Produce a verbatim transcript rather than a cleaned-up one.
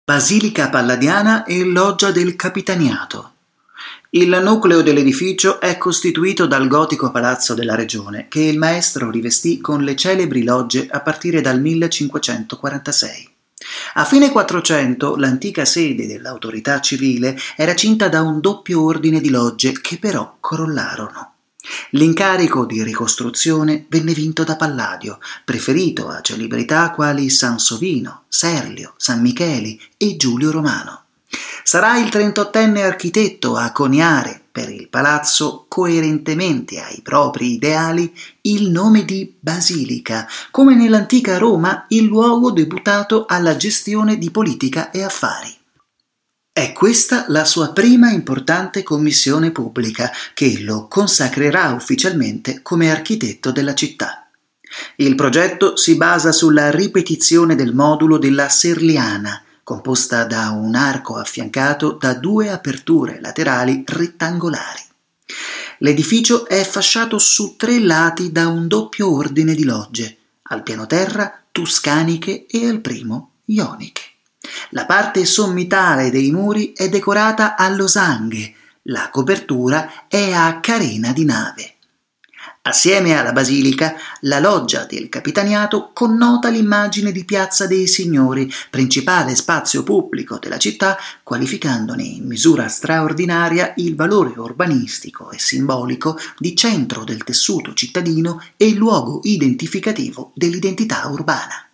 Basilica Palladiana e Loggia del Capitaniato. Il nucleo dell'edificio è costituito dal gotico palazzo della regione, che il maestro rivestì con le celebri logge a partire dal millecinquecentoquarantasei. A fine Quattrocento l'antica sede dell'autorità civile era cinta da un doppio ordine di logge che però crollarono. L'incarico di ricostruzione venne vinto da Palladio, preferito a celebrità quali Sansovino, Serlio, San Micheli e Giulio Romano. Sarà il trentottenne architetto a coniare per il palazzo, coerentemente ai propri ideali, il nome di Basilica, come nell'antica Roma il luogo deputato alla gestione di politica e affari. È questa la sua prima importante commissione pubblica, che lo consacrerà ufficialmente come architetto della città. Il progetto si basa sulla ripetizione del modulo della Serliana, composta da un arco affiancato da due aperture laterali rettangolari. L'edificio è fasciato su tre lati da un doppio ordine di logge, al piano terra tuscaniche e al primo ioniche. La parte sommitale dei muri è decorata a losanghe, la copertura è a carena di nave. Assieme alla basilica, la loggia del Capitaniato connota l'immagine di Piazza dei Signori, principale spazio pubblico della città, qualificandone in misura straordinaria il valore urbanistico e simbolico di centro del tessuto cittadino e luogo identificativo dell'identità urbana.